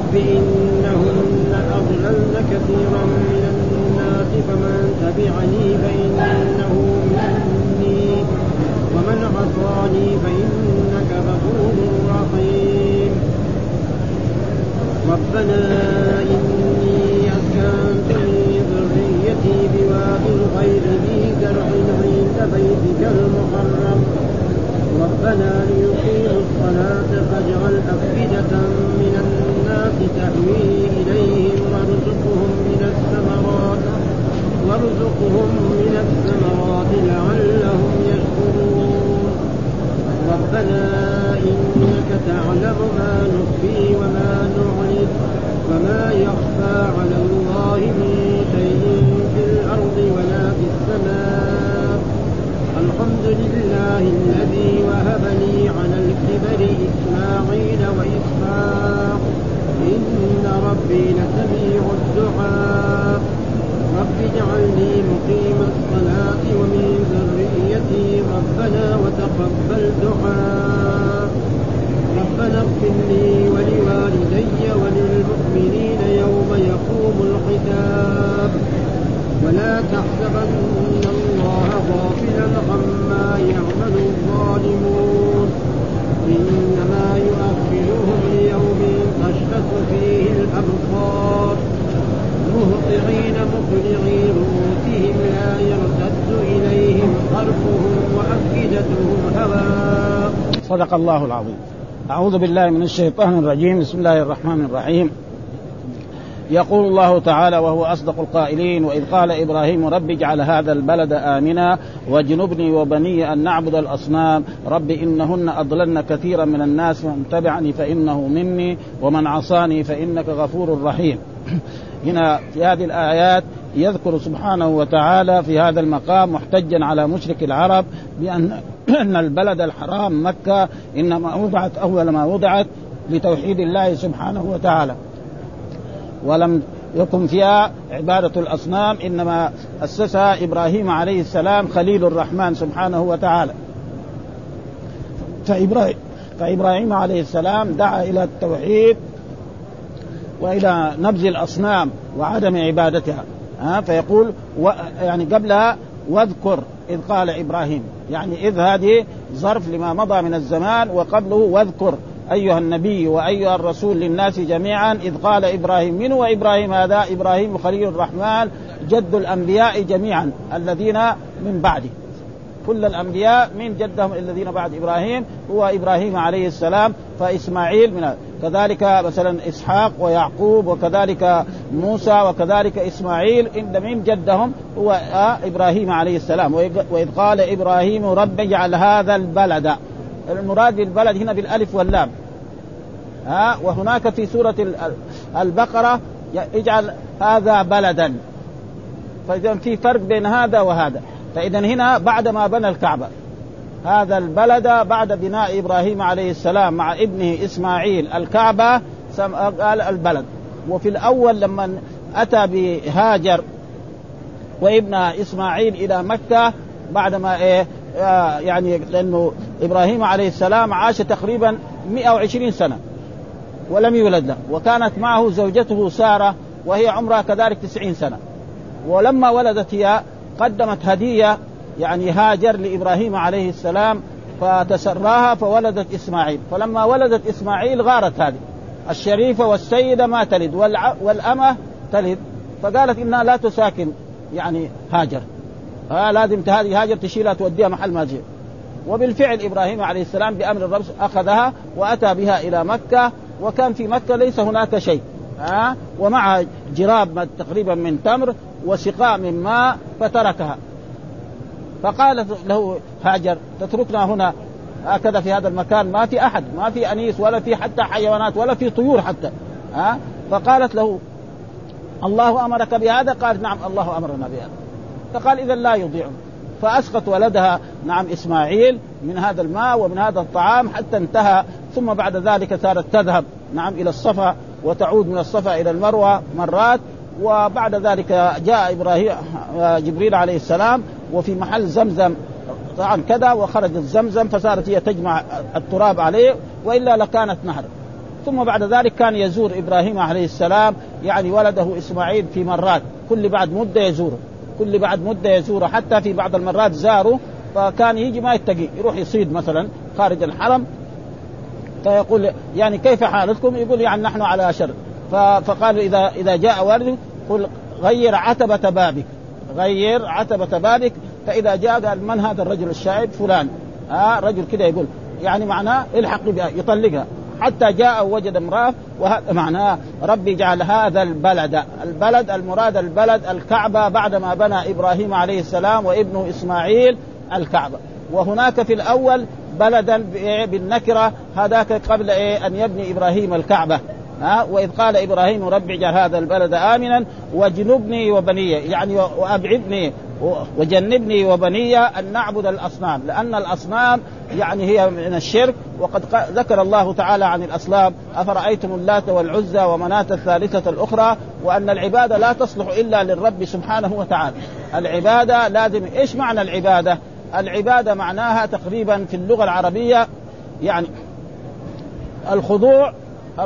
رب إنهن أضللن كثيرا من الناس فمن تبعني فإنه مني ومن عصاني فإنك غفور رحيم. ربنا إني أسكنت من ذريتي بواد غير ذي زرع عند بيتك المحرم ربنا ليقيموا الصلاة فاجعل أفئدة من الناس تهوي إليهم وارزقهم من الثمرات لعلهم يشكرون. ربنا إنك تعلم ما نخفي وما نعلن وما يخفى على الله من شيء في الأرض ولا في السماء. الحمد لله الذي وهب لي على الكبر إسماعيل وإسحاق إن ربي لسميع الدعاء. رب اجعلني مقيم الصلاة ومن ذريتي ربنا وتقبل دعاء. ربنا اغفر لي ولوالدي وللمؤمنين يوم يقوم الحساب. ولا تحسبن الله غافلا عما يعمل الظالمون إنما يؤخرهم ليوم تشخص فيه الأبصار مهطعين مقنعي رؤوسهم لا يرتد إليهم طرفهم وأفئدتهم هواء. صدق الله العظيم. أعوذ بالله من الشيطان الرجيم. بسم الله الرحمن الرحيم. يقول الله تعالى وهو أصدق القائلين: وإذ قال إبراهيم رب اجعل هذا البلد آمنا واجنبني وبني أن نعبد الأصنام رب إنهن أضللن كثيرا من الناس ومن تبعني فإنه مني ومن عصاني فإنك غفور رحيم. هنا في هذه الآيات يذكر سبحانه وتعالى في هذا المقام محتجا على مشرك العرب بأن البلد الحرام مكة إنما وضعت أول ما وضعت لتوحيد الله سبحانه وتعالى ولم يكن فيها عبادة الأصنام، إنما أسسها إبراهيم عليه السلام خليل الرحمن سبحانه وتعالى. فإبراهيم عليه السلام دعا إلى التوحيد وإلى نبذ الأصنام وعدم عبادتها. فيقول يعني قبلها واذكر إذ قال إبراهيم، يعني إذ هذه ظرف لما مضى من الزمان، وقبله واذكر أيها النبي وأيها الرسول للناس جميعا إذ قال إبراهيم. من هو إبراهيم هذا؟ إبراهيم خليل الرحمن جد الأنبياء جميعا الذين من بعده، كل الأنبياء من جدهم الذين بعد إبراهيم هو إبراهيم عليه السلام. فإسماعيل من كذلك مثلا إسحاق ويعقوب وكذلك موسى وكذلك إسماعيل إن من جدهم هو إبراهيم عليه السلام. وإذ قال إبراهيم رب اجعل هذا البلد، المراد بالبلد هنا بالألف واللام. وهناك في سورة البقرة اجعل هذا بلدا، فإذا في فرق بين هذا وهذا. فإذا هنا بعد ما بنى الكعبة هذا البلد بعد بناء إبراهيم عليه السلام مع ابنه إسماعيل الكعبة قال البلد. وفي الأول لما أتى بهاجر وابنها إسماعيل إلى مكة بعدما يعني لأنه إبراهيم عليه السلام عاش تقريبا 120 سنة ولم يولد له، وكانت معه زوجته سارة وهي عمرها كذلك 90 سنة. ولما ولدت هي قدمت هدية يعني هاجر لإبراهيم عليه السلام فتسراها فولدت إسماعيل. فلما ولدت إسماعيل غارت هذه الشريفة والسيدة ما تلد والأمة تلد، فقالت إنها لا تساكن يعني هاجر، لازم هذه هاجر تشيلها توديها محل ما جاء. وبالفعل إبراهيم عليه السلام بأمر الرب أخذها وأتى بها إلى مكة، وكان في مكة ليس هناك شيء ومع جراب تقريبا من تمر وسقاء من ماء فتركها. فقالت له هاجر تتركنا هنا هكذا في هذا المكان ما في أحد، ما في أنيس ولا في حتى حيوانات ولا في طيور حتى. فقالت له الله أمرك بهذا؟ قال نعم الله أمرنا بهذا. فقال إذا لا يضيعون. فأسقط ولدها نعم إسماعيل من هذا الماء ومن هذا الطعام حتى انتهى. ثم بعد ذلك صارت تذهب نعم إلى الصفا وتعود من الصفا إلى المروة مرات. وبعد ذلك جاء إبراهيم جبريل عليه السلام وفي محل زمزم طبعا كذا وخرجت زمزم فصارت هي تجمع التراب عليه، وإلا لكانت نهر. ثم بعد ذلك كان يزور إبراهيم عليه السلام يعني ولده إسماعيل في مرات، كل بعد مدة يزوره، كل بعد مدة يزوره، حتى في بعض المرات زاره فكان يجي ما يتقي، يروح يصيد مثلا خارج الحرم، فيقول يعني كيف حالتكم؟ يقول يعني نحن على شر. فقال إذا جاء والده قل غير عتبة بابك، غير عتبة بابك. فإذا جاء قال من هذا الرجل الشائب؟ فلان، رجل كده يقول يعني معناه الحق بها يطلقها. حتى جاء وجد امرأة، وهذا معناه ربي جعل هذا البلد المراد البلد الكعبة بعدما بنى إبراهيم عليه السلام وابنه إسماعيل الكعبة. وهناك في الأول بلدا بالنكرة هذاك قبل أن يبني إبراهيم الكعبة. وإذ قال إبراهيم رب اجعل هذا البلد آمنا واجنبني وبني، يعني وأبعدني وجنبني وبني أن نعبد الأصنام، لأن الأصنام يعني هي من الشرك. وقد ذكر الله تعالى عن الأصنام أفرأيتم اللات والعزى ومناة الثالثة الأخرى، وأن العبادة لا تصلح إلا للرب سبحانه وتعالى. العبادة لازم. إيش معنى العبادة؟ العبادة معناها تقريبا في اللغة العربية يعني الخضوع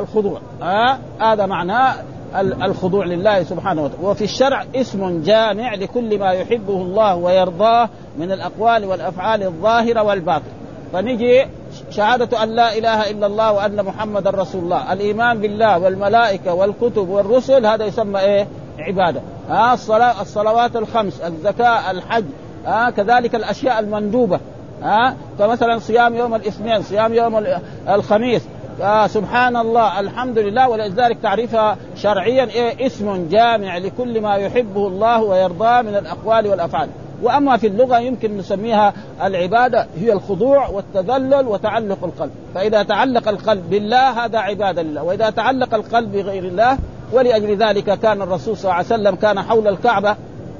هذا معناه الخضوع لله سبحانه وتعالى. وفي الشرع اسم جامع لكل ما يحبه الله ويرضاه من الأقوال والأفعال الظاهرة والباطنة. فنجي شهادة أن لا إله إلا الله وأن محمد رسول الله، الإيمان بالله والملائكة والكتب والرسل، هذا يسمى عبادة. الصلوات الخمس، الزكاة، الحج، كذلك الأشياء المندوبة، فمثلا صيام يوم الاثنين، صيام يوم الخميس، سبحان الله، الحمد لله. ولذلك تعريفها شرعيا اسم جامع لكل ما يحبه الله ويرضاه من الأقوال والأفعال. وأما في اللغة يمكن نسميها العبادة هي الخضوع والتذلل وتعلق القلب. فإذا تعلق القلب بالله هذا عبادة لله، وإذا تعلق القلب بغير الله. ولأجل ذلك كان الرسول صلى الله عليه وسلم كان حول الكعبة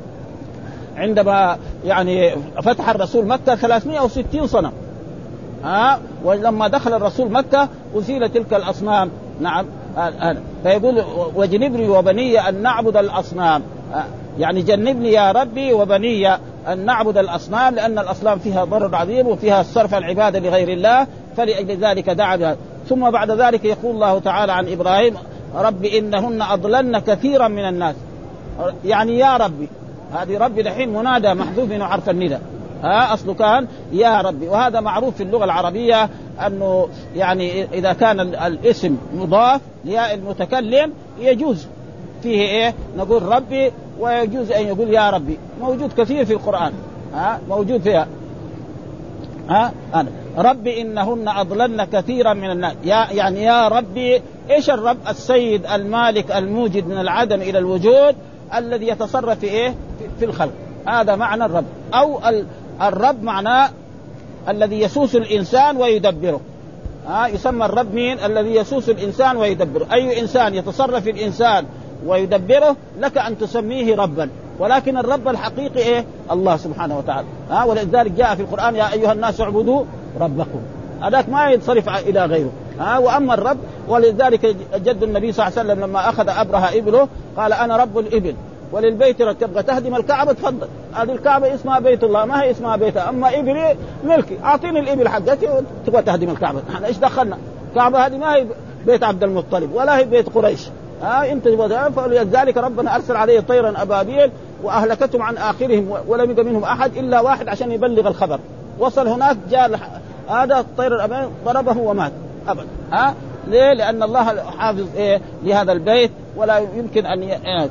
عندما يعني فتح الرسول مكة 360 صنم، ولما دخل الرسول مكة أزيل تلك الأصنام. نعم. فيقول وجنبني وبني أن نعبد الأصنام، يعني جنبني يا ربي وبني أن نعبد الأصنام، لأن الأصنام فيها ضرر عظيم وفيها صرف العبادة لغير الله، فلأجل ذلك دعا بها. ثم بعد ذلك يقول الله تعالى عن إبراهيم رب إنهن أضللن كثيرا من الناس، يعني يا ربي، هذه ربي دحين منادى محذوف من حرف النداء، أصله كان يا ربي. وهذا معروف في اللغة العربية أنه يعني إذا كان الاسم مضاف لياء المتكلم يجوز فيه نقول ربي، ويجوز أن يقول يا ربي. موجود كثير في القرآن، موجود فيها أنا ربي إنهن أضللن كثيرا من الناس، يعني يا ربي. إيش الرب؟ السيد المالك الموجد من العدم إلى الوجود، الذي يتصرف في الخلق، هذا معنى الرب. أو الرب معناه الذي يسوس الإنسان ويدبره، يسمى الرب مين؟ الذي يسوس الإنسان ويدبره. أي إنسان يتصرف الإنسان ويدبره لك أن تسميه ربا، ولكن الرب الحقيقي الله سبحانه وتعالى. ولذلك جاء في القرآن يا أيها الناس اعبدوا ربكم، هذاك ما يتصرف إلى غيره. وأما الرب، ولذلك جد النبي صلى الله عليه وسلم لما أخذ أبرهة إبله قال أنا رب الإبل وللبيت تبغى تهدم الكعبة تفضل، هذه الكعبة اسمها بيت الله ما هي اسمها بيتها، أما إبلي ملكي أعطيني الإبل حقتي وتبغى تهدم الكعبة. احنا إيش دخلنا؟ الكعبة هذه ما هي بيت عبد المطلب ولا هي بيت قريش، انت فلذلك ربنا أرسل عليه طيرا أبابيل وأهلكتهم عن آخرهم ولم يبق منهم أحد إلا واحد عشان يبلغ الخبر. وصل هناك جاء هذا الطير الأبابيل ضربه ومات أبدا. ليه؟ لأن الله حافظ لهذا البيت ولا يمكن أن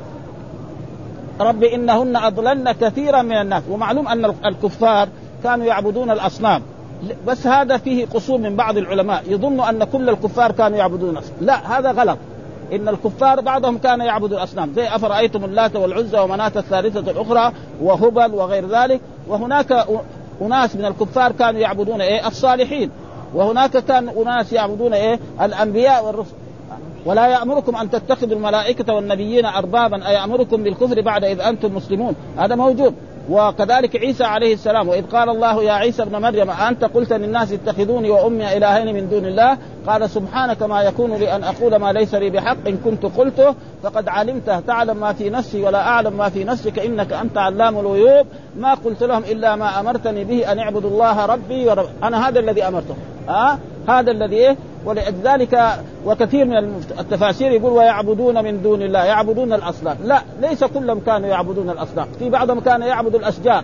ربي إنهن أضللن كثيرا من الناس. ومعلوم أن الكفار كانوا يعبدون الأصنام، بس هذا فيه قصور من بعض العلماء يظنوا أن كل الكفار كانوا يعبدون الأصنام. لا، هذا غلط. إن الكفار بعضهم كان يعبد الأصنام، زي أفرأيتم اللات والعزى ومناة الثالثة الأخرى وهبل وغير ذلك. وهناك أناس من الكفار كانوا يعبدون الصالحين، وهناك كان أناس يعبدون الأنبياء والرسل. ولا يأمركم أن تتخذوا الملائكة والنبيين أربابا أيأمركم بالكفر بعد إذ أنتم مسلمون، هذا موجود. وكذلك عيسى عليه السلام وإذ قال الله يا عيسى ابن مريم أنت قلت للناس اتخذوني وأمي إلهين من دون الله قال سبحانك ما يكون لي أن أقول ما ليس لي بحق إن كنت قلته فقد علمته تعلم ما في نفسي ولا أعلم ما في نفسك إنك أنت علام الغيوب ما قلت لهم إلا ما أمرتني به أن اعبدوا الله ربي ورب. أنا هذا الذي أمرته، هذا الذي ولذلك وكثير من التفاسير يقول ويعبدون من دون الله، يعبدون الأصنام. لا، ليس كلهم كانوا يعبدون الأصنام، في بعضهم كان يعبد الأشجار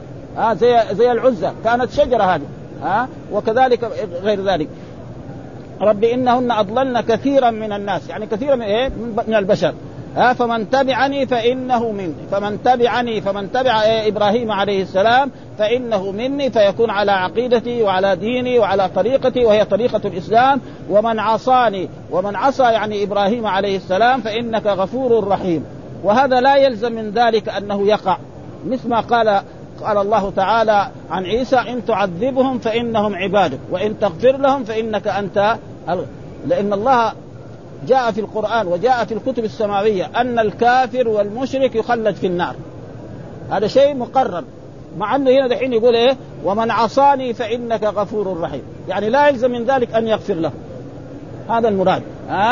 زي العزة كانت شجرة هذه وكذلك غير ذلك. رب إنهن أضللن كثيرا من الناس، يعني كثيرا من البشر. فمن تبعني فإنه مني، فمن تبع إبراهيم عليه السلام فإنه مني، فيكون على عقيدتي وعلى ديني وعلى طريقتي وهي طريقة الإسلام. ومن عصاني، ومن عصى يعني إبراهيم عليه السلام فإنك غفور رحيم. وهذا لا يلزم من ذلك أنه يقع، مثل ما قال الله تعالى عن عيسى إن تعذبهم فإنهم عبادك وإن تغفر لهم فإنك أنت. لأن الله جاء في القرآن وجاء في الكتب السماوية أن الكافر والمشرك يخلد في النار، هذا شيء مقرر، مع أنه هنا دحين يقول ومن عصاني فإنك غفور رحيم، يعني لا يلزم من ذلك أن يغفر له، هذا المراد.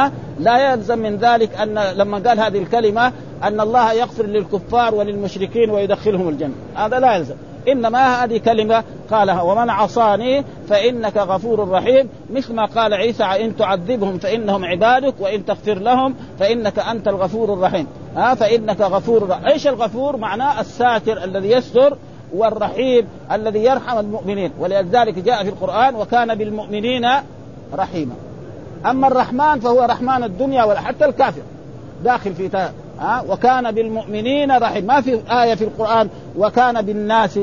لا يلزم من ذلك أن لما قال هذه الكلمة أن الله يغفر للكفار وللمشركين ويدخلهم الجنة، هذا لا يلزم، إنما هذه كلمة قالها ومن عصاني فإنك غفور رحيم، مثل ما قال عيسى إن تعذبهم فإنهم عبادك وإن تغفر لهم فإنك أنت الغفور الرحيم. فإنك غفور. إيش الغفور؟ معناه الساتر الذي يستر، والرحيم الذي يرحم المؤمنين، ولذلك جاء في القرآن وكان بالمؤمنين رحيما. أما الرحمن فهو رحمن الدنيا وحتى الكافر داخل في وكان بالمؤمنين رحيم. ما في آية في القرآن وكان بالناس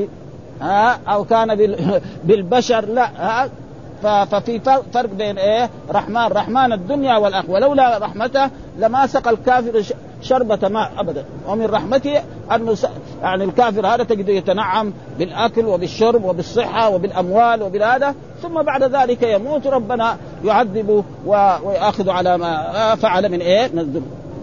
أو كان بالبشر، لا. ففي فرق بين رحمن الدنيا والآخرة، ولولا رحمته لما سقى الكافر شربة ماء أبدا. ومن رحمته أنه يعني الكافر هذا تجده يتنعم بالأكل وبالشرب وبالصحة وبالأموال وبالهذا، ثم بعد ذلك يموت ربنا يعذبه ويأخذ على ما فعل من الذنوب.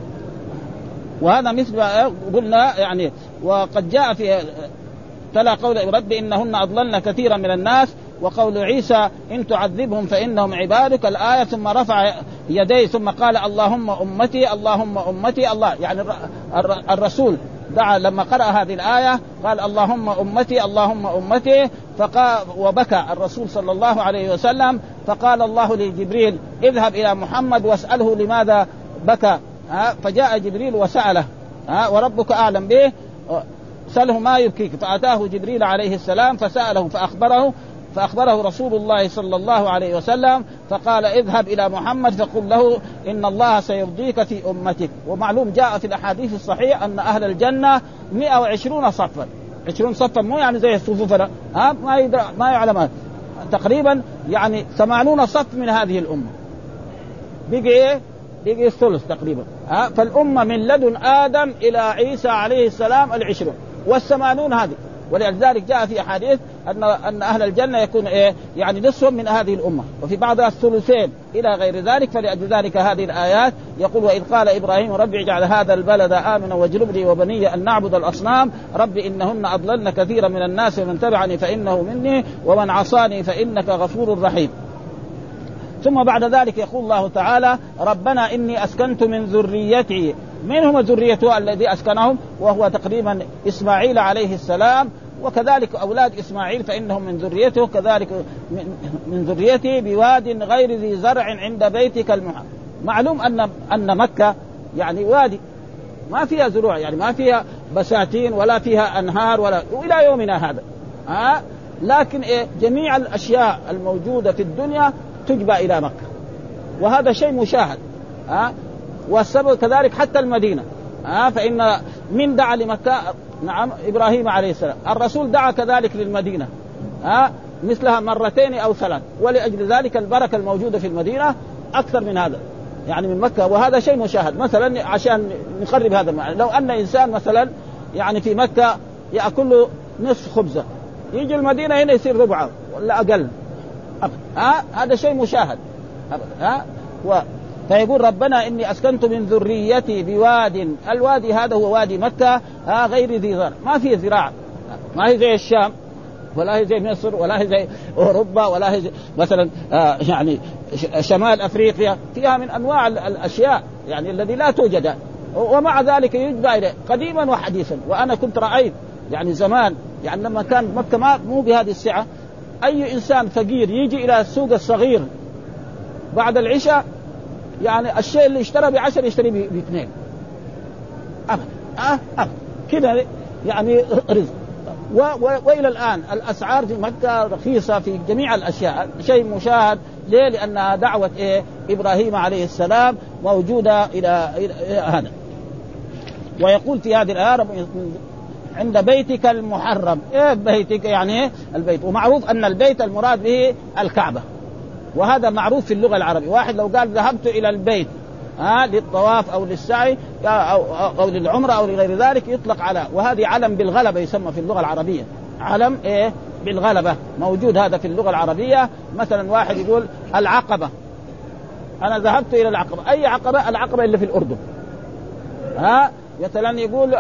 وهذا مثل ما قلنا يعني. وقد جاء في تلا قول رب إنهن أضللن كثيرا من الناس، وقول عيسى إن تعذبهم فإنهم عبادك الآية، ثم رفع يديه ثم قال اللهم أمتي اللهم أمتي. الله يعني الرسول دعا لما قرأ هذه الآية قال اللهم أمتي اللهم أمتي، وبكى الرسول صلى الله عليه وسلم، فقال الله لجبريل اذهب إلى محمد واسأله لماذا بكى. فجاء جبريل وسأله وربك أعلم به، سأله ما يبكيك. فأتاه جبريل عليه السلام فسأله فأخبره رسول الله صلى الله عليه وسلم، فقال اذهب إلى محمد فقل له إن الله سيرضيك في أمتك. ومعلوم جاء في الأحاديث الصحيح أن أهل الجنة 120 صفا، 20 صفا مو يعني زي الصفوفنا ما يعلم، تقريبا يعني 80 صف من هذه الأمة بقي الثلث تقريبا. فالأمة من لدن آدم إلى عيسى عليه السلام 20 والثمانون هذه. ولذلك جاء في أحاديث أن أهل الجنة يكون يعني نصف من هذه الأمة، وفي بعضها الثلثين إلى غير ذلك. فلأجل ذلك هذه الآيات يقول وإذ قال إبراهيم رب اجعل هذا البلد آمنا واجنبني وبني أن نعبد الأصنام رب إنهن أضللن كثيرا من الناس ومن تبعني فإنه مني ومن عصاني فإنك غفور رحيم. ثم بعد ذلك يقول الله تعالى ربنا إني أسكنت من ذريتي. من هم ذريته الذي أسكنهم؟ وهو تقريبا إسماعيل عليه السلام، وكذلك أولاد إسماعيل فإنهم من ذريته، كذلك من ذريته بواد غير ذي زرع عند بيتك المحرم. معلوم أن مكة يعني وادي ما فيها زروع، يعني ما فيها بساتين ولا فيها أنهار ولا إلى يومنا هذا. لكن جميع الأشياء الموجودة في الدنيا تجبى إلى مكة، وهذا شيء مشاهد. والسبب كذلك حتى المدينة. فإن من دعا لمكة؟ نعم إبراهيم عليه السلام. الرسول دعا كذلك للمدينة مثلها مرتين أو ثلاث، ولأجل ذلك البركة الموجودة في المدينة أكثر من هذا يعني من مكة، وهذا شيء مشاهد. مثلا عشان نقرب هذا المعنى، لو أن إنسان مثلا يعني في مكة يأكل له نصف خبزة، يجي المدينة هنا يصير ربعه ولا أقل. هذا شيء مشاهد. فيقول ربنا إني أسكنت من ذريتي بواد، الوادي هذا هو وادي مكة غير ذي زرع، ما فيه زراعة، ما هي زي الشام ولا هي زي مصر ولا هي زي أوروبا ولا هي زي مثلا يعني شمال أفريقيا، فيها من أنواع الأشياء يعني الذي لا توجد، ومع ذلك يجبى إليه قديما وحديثا. وأنا كنت رأيت يعني زمان يعني لما كان مكة مو بهذه السعة، أي إنسان فقير يجي إلى السوق الصغير بعد العشاء يعني الشيء اللي اشترى ب10 يشتري ب2 أبدا كده يعني رزق. وإلى الآن الأسعار في مكة رخيصة في جميع الأشياء، شيء مشاهد. ليه؟ لأنها دعوة إبراهيم عليه السلام موجودة إلى هذا. ويقول في هذه الآية عند بيتك المحرم. بيتك يعني البيت، ومعروف أن البيت المراد به الكعبة، وهذا معروف في اللغة العربية. واحد لو قال ذهبت إلى البيت للطواف أو للسعي أو للعمرة أو لغير ذلك يطلق على، وهذه علم بالغلبة يسمى في اللغة العربية، علم بالغلبة موجود هذا في اللغة العربية. مثلا واحد يقول العقبة، أنا ذهبت إلى العقبة. أي عقبة؟ العقبة اللي في الأردن. مثلا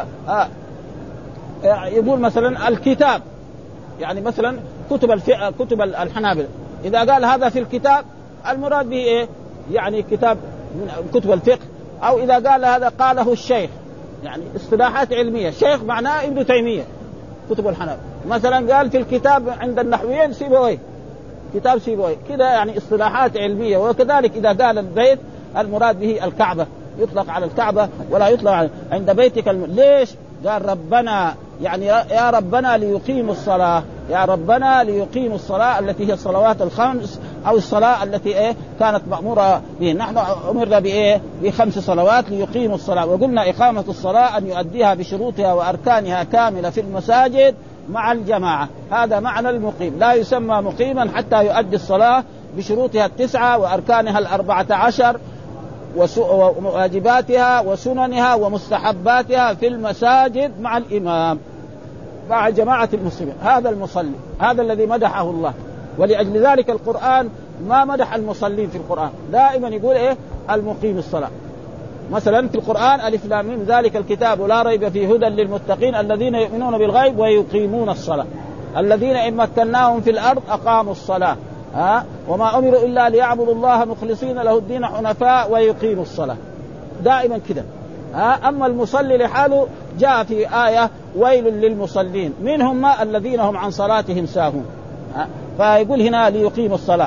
يقول مثلا الكتاب، يعني مثلا كتب الحنابلة، إذا قال هذا في الكتاب المراد به يعني كتاب من كتب الفقه، أو إذا قال هذا قاله الشيخ، يعني اصطلاحات علمية. شيخ معناه ابن تيمية، كتب الحنابلة. مثلا قال في الكتاب عند النحويين سيبويه، كتاب سيبويه كده، يعني اصطلاحات علمية. وكذلك إذا قال البيت المراد به الكعبة، يطلق على الكعبة ولا يطلق عند بيتك ليش؟ قال ربنا، يعني يا ربنا ليقيموا الصلاة، يا ربنا ليقيموا الصلاة التي هي الصلوات الخمس، أو الصلاة التي كانت مأمورة به. نحن أمرنا ب5 صلوات ليقيموا الصلاة. وقلنا إقامة الصلاة أن يؤديها بشروطها وأركانها كاملة في المساجد مع الجماعة، هذا معنى المقيم. لا يسمى مقيما حتى يؤدي الصلاة بشروطها 9 وأركانها 14 وواجباتها وسننها ومستحباتها في المساجد مع الإمام مع جماعة المسلمين. هذا المصلي، هذا الذي مدحه الله. ولأجل ذلك القرآن ما مدح المصلين في القرآن، دائما يقول المقيم الصلاة. مثلا في القرآن ألف لام ميم ذلك الكتاب لا ريب فيه هدى للمتقين الذين يؤمنون بالغيب ويقيمون الصلاة الذين إن مكناهم في الأرض أقاموا الصلاة وما أمروا إلا ليعبدوا الله مخلصين له الدين حنفاء ويقيموا الصلاة. دائما كده. أما المصلي لحاله جاء في آية ويل للمصلين منهم الذين هم عن صلاتهم ساهون. فيقول هنا ليقيموا الصلاة.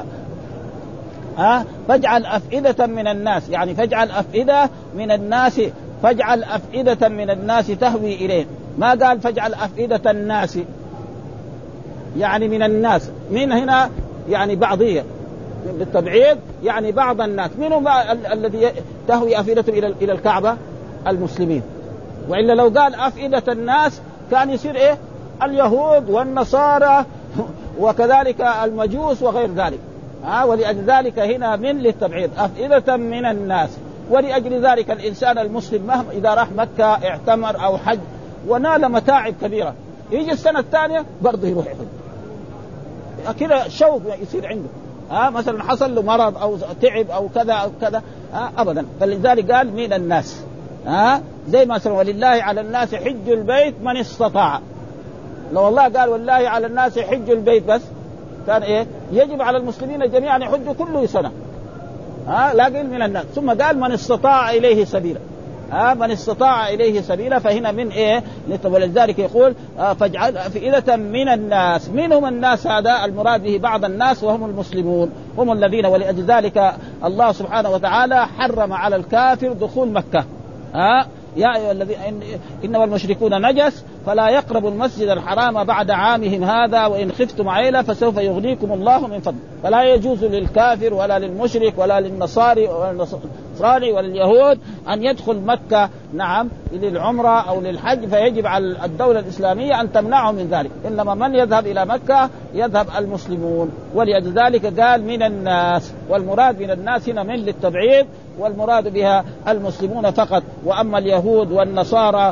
فاجعل أفئدة من الناس، يعني فاجعل أفئدة من الناس، فاجعل أفئدة من الناس تهوي إليه. ما قال فاجعل أفئدة الناس، يعني من الناس، من هنا يعني بعضية بالتبعيد، يعني بعض الناس. منهم الذي تهوي أفئدة إلى الكعبة؟ المسلمين. وإلا لو قال أفئدة الناس كان يصير اليهود والنصارى وكذلك المجوس وغير ذلك. ولأجل ذلك هنا من للتبعيد، أفئدة من الناس. ولأجل ذلك الإنسان المسلم مهما إذا راح مكة اعتمر أو حج ونال متاعب كبيرة، يجي السنة الثانية برضه يروح يحج، كذا شوق يصير عنده. مثلا حصل له مرض أو تعب أو كذا أو كذا أبدا. فلذلك قال من الناس. زي مثلا ولله على الناس حج البيت من استطاع. لو الله قال والله على الناس حج البيت بس كان يجب على المسلمين جميعا يحجوا كل سنة. لكن من الناس، ثم قال من استطاع إليه سبيلا. من استطاع إليه سبيلا، فهنا من ولذلك يقول فاجعل أفئدة من الناس. منهم الناس هذا المراد به بعض الناس وهم المسلمون، هم الذين. ولأجل ذلك الله سبحانه وتعالى حرم على الكافر دخول مكة. يا أيها الذين إنما المشركون نجس فلا يقربوا المسجد الحرام بعد عامهم هذا وإن خفتم عيلة فسوف يغنيكم الله من فضل. فلا يجوز للكافر ولا للمشرك ولا للنصاري ولا لليهود أن يدخل مكة للعمرة أو للحج، فيجب على الدولة الإسلامية أن تمنعه من ذلك. إنما من يذهب إلى مكة يذهب المسلمون. ولذلك قال من الناس، والمراد من الناس هنا من للتبعيد، والمراد بها المسلمون فقط. وأما اليهود والنصارى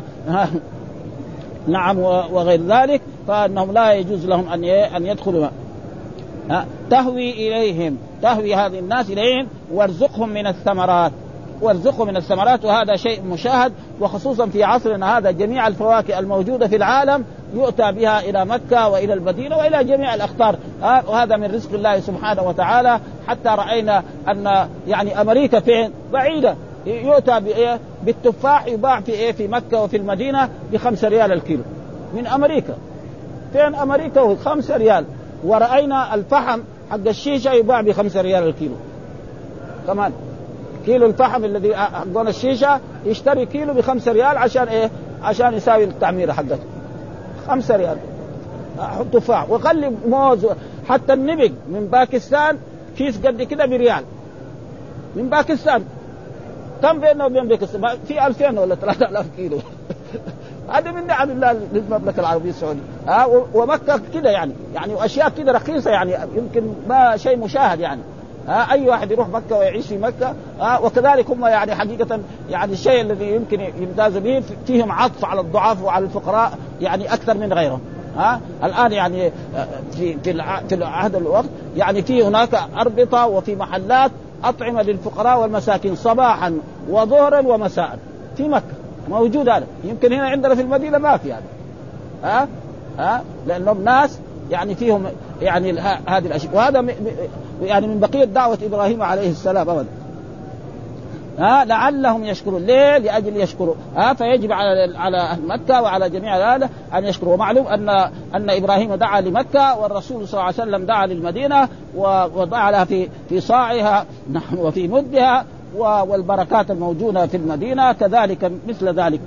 وغير ذلك فإنهم لا يجوز لهم أن يدخلوا. تهوي إليهم، تهوي هذه الناس إليهم وارزقهم من الثمرات، وارزقهم من الثمرات. وهذا شيء مشاهد، وخصوصا في عصرنا هذا جميع الفواكه الموجودة في العالم يؤتى بها إلى مكة وإلى المدينة وإلى جميع الأقطار. وهذا من رزق الله سبحانه وتعالى. حتى رأينا أن يعني أمريكا فين بعيدة يؤتى بالتفاح يباع في مكة وفي المدينة ب5 ريال الكيلو من أمريكا. فين أمريكا؟ 5 ريال. ورأينا الفحم حق الشيشة يباع ب5 ريال الكيلو. كمان كيلو الفحم الذي حقون الشيشة يشتري كيلو ب5 ريال عشان إيه؟ عشان يساوي التعميرة حقته 5 ريال. حط تفاح وخلي موز. حتى النبق من باكستان كيس قد كده بريال من باكستان. كم بيننا وبين باكستان؟ في 2000 ولا 3000 كيلو. هذا من نعم الله للمملكة العربية السعودية. ومكة كده يعني وأشياء كده رخيصة يعني يمكن ما شيء مشاهد يعني. أي واحد يروح مكة ويعيش في مكة. وكذلك هم يعني حقيقة يعني الشيء الذي يمكن يمتاز به فيهم عطف على الضعاف وعلى الفقراء يعني أكثر من غيرهم. الآن يعني في العهد الوقت يعني في هناك أربطة وفي محلات أطعمة للفقراء والمساكين صباحا وظهرا ومساء في مكة موجود. هذا يمكن هنا عندنا في المدينة ما في هذا. لأنهم ناس يعني فيهم يعني هذه الأشياء. وهذا يعني من بقية دعوة إبراهيم عليه السلام أبدا. لعلهم يشكرون. ليه؟ لأجل يشكروا. فيجب على أهل مكة وعلى جميع هذا أن يشكروا. ومعلوم أن إبراهيم دعا لمكة والرسول صلى الله عليه وسلم دعا للمدينة ودعا لها في صاعها وفي مدها والبركات الموجودة في المدينة كذلك مثل ذلك.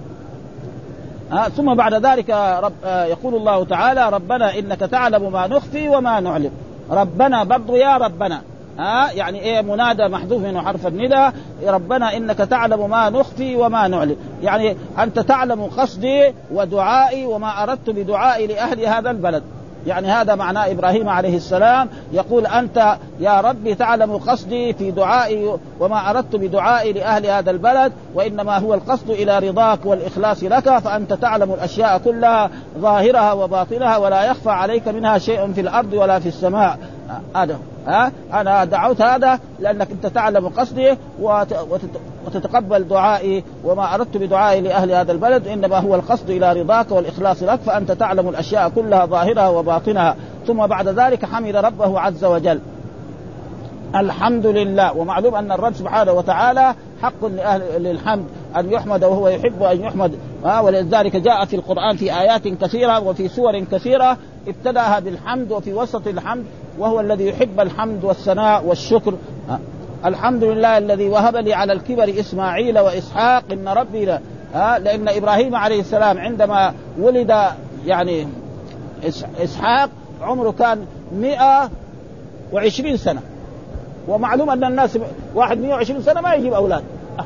ثم بعد ذلك يقول الله تعالى ربنا إنك تعلم ما نخفي وما نعلم. ربنا برضو يا ربنا يعني إيه منادى محذوف منه حرف النداء. ربنا إنك تعلم ما نخفي وما نعلم يعني أنت تعلم قصدي ودعائي وما أردت بدعائي لأهل هذا البلد. يعني هذا معناه إبراهيم عليه السلام يقول أنت يا ربي تعلم قصدي في دعائي وما أردت بدعائي لأهل هذا البلد وإنما هو القصد إلى رضاك والإخلاص لك فأنت تعلم الأشياء كلها ظاهرها وباطنها ولا يخفى عليك منها شيء في الأرض ولا في السماء. أنا دعوت هذا لأنك أنت تعلم قصدي وتتقبل دعائي وما أردت بدعائي لأهل هذا البلد إنما هو القصد إلى رضاك والإخلاص لك فأنت تعلم الأشياء كلها ظاهرها وباطنها. ثم بعد ذلك حمد ربه عز وجل. الحمد لله. ومعلوم أن الرب سبحانه وتعالى حق للحمد أن يحمد وهو يحب أن يحمد. ولذلك جاء في القرآن في آيات كثيرة وفي سور كثيرة ابتدأها بالحمد وفي وسط الحمد وهو الذي يحب الحمد والثناء والشكر. الحمد لله الذي وهب لي على الكبر إسماعيل وإسحاق إن ربي لأن إبراهيم عليه السلام عندما ولد يعني إسحاق عمره كان 120 سنة. ومعلوم أن الناس واحد 120 سنة ما يجيب أولاد.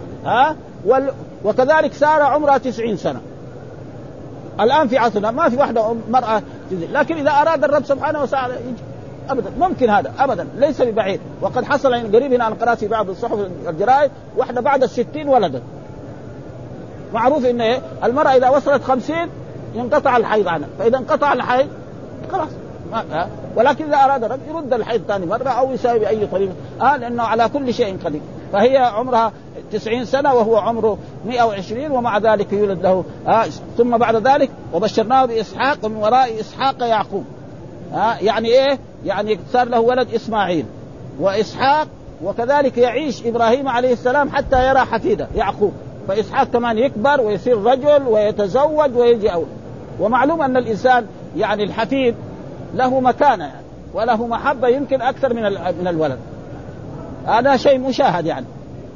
وكذلك سارة عمرها 90 سنة. الآن في عصرنا ما في واحدة مرأة لكن إذا أراد الرب سبحانه وتعالى أبدا ممكن هذا أبدا ليس ببعيد. وقد حصل قريب هنا أنا قرأت في بعض الصحف الجرائد واحدة بعد 60 ولدا. معروف إن المرأة إذا وصلت 50 ينقطع الحيض عنها. فإذا انقطع الحيض خلاص ولكن إذا أراد الرب يرد الحيض ثاني مرة أو يساوي بأي طريقة لأنه على كل شيء قدير. فهي عمرها 90 سنة وهو عمره 120 ومع ذلك يولد له ثم بعد ذلك وبشرناه بإسحاق ومن وراء إسحاق يعقوب. يعني إيه؟ يعني صار له ولد إسماعيل وإسحاق وكذلك يعيش إبراهيم عليه السلام حتى يرى حفيده يعقوب. فإسحاق كمان يكبر ويصير رجل ويتزوج ويجي أولاد. ومعلوم أن الإنسان يعني الحفيد له مكانة يعني وله محبة يمكن أكثر من الولد. هذا شيء مشاهد يعني.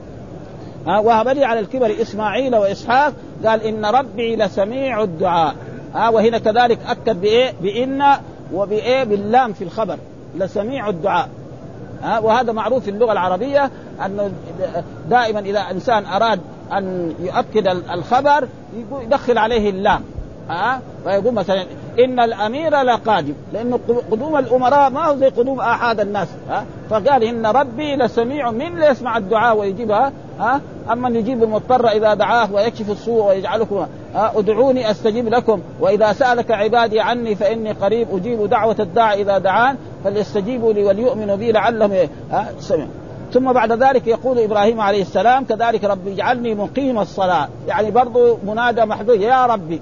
وهب لي على الكبر إسماعيل وإسحاق قال إن ربي لسميع الدعاء. وهنا كذلك أكد بإيه بإن وبإيه باللام في الخبر لسميع الدعاء. وهذا معروف في اللغة العربية أنه دائما إذا إنسان أراد أن يؤكد الخبر يدخل عليه اللام. فيقول مثلا إن الأمير لقادم لأنه قدوم الأمراء ما هو زي قدوم أحد الناس. فقال إن ربي لسميع من ليسمع الدعاء ويجيبها. أما يجيب المضطر إذا دعاه ويكشف السوء ويجعلكم ادعوني أستجيب لكم وإذا سألك عبادي عني فإني قريب أجيب دعوة الداعي إذا دعان فليستجيبوا لي وليؤمنوا بي لعلهم سمعوا. ثم بعد ذلك يقول إبراهيم عليه السلام كذلك ربي اجعلني مقيم الصلاة. يعني برضو منادى محذوف يا ربي.